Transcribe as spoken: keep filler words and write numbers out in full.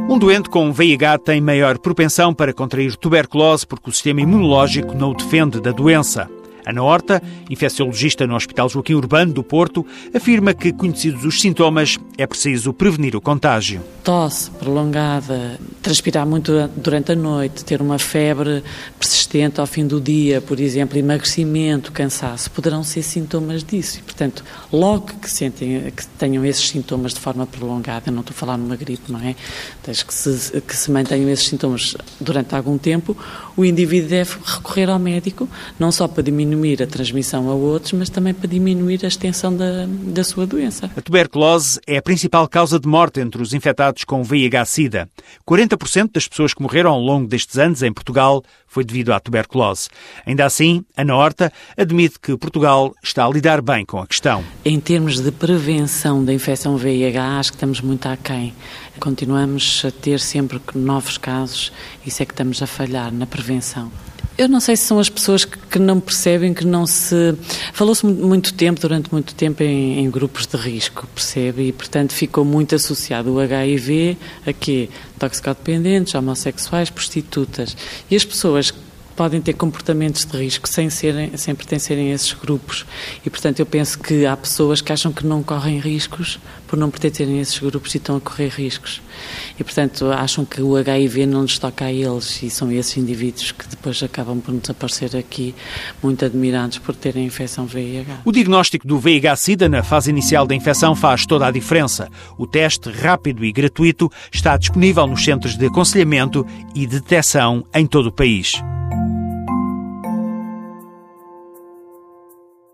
Um doente com V I H tem maior propensão para contrair tuberculose porque o sistema imunológico não o defende da doença. Ana Horta, infecciologista no Hospital Joaquim Urbano do Porto, afirma que, conhecidos os sintomas, é preciso prevenir o contágio. Tosse prolongada, transpirar muito durante a noite, ter uma febre persistente ao fim do dia, por exemplo, emagrecimento, cansaço, poderão ser sintomas disso. E, portanto, logo que, sentem, que tenham esses sintomas de forma prolongada, não estou a falar numa gripe, não é? Desde que se, que se mantenham esses sintomas durante algum tempo, o indivíduo deve recorrer ao médico, não só para diminuir a transmissão a outros, mas também para diminuir a extensão da, da sua doença. A tuberculose é a principal causa de morte entre os infectados com V I H sida. quarenta por cento das pessoas que morreram ao longo destes anos em Portugal foi devido à tuberculose. Ainda assim, Ana Horta admite que Portugal está a lidar bem com a questão. Em termos de prevenção da infecção V I H, acho que estamos muito aquém. Continuamos a ter sempre novos casos, isso é que estamos a falhar na prevenção. Eu não sei se são as pessoas que, que não percebem, que não se... Falou-se muito tempo, durante muito tempo, em, em grupos de risco, percebe? E, portanto, ficou muito associado o H I V a quê? Toxicodependentes, homossexuais, prostitutas. E as pessoas podem ter comportamentos de risco sem, serem, sem pertencerem a esses grupos. E, portanto, eu penso que há pessoas que acham que não correm riscos por não pertencerem a esses grupos e estão a correr riscos. E, portanto, acham que o H I V não lhes toca a eles e são esses indivíduos que depois acabam por desaparecer aqui muito admirados por terem a infecção V I H. O diagnóstico do V I H sida na fase inicial da infecção faz toda a diferença. O teste rápido e gratuito está disponível nos centros de aconselhamento e detecção em todo o país.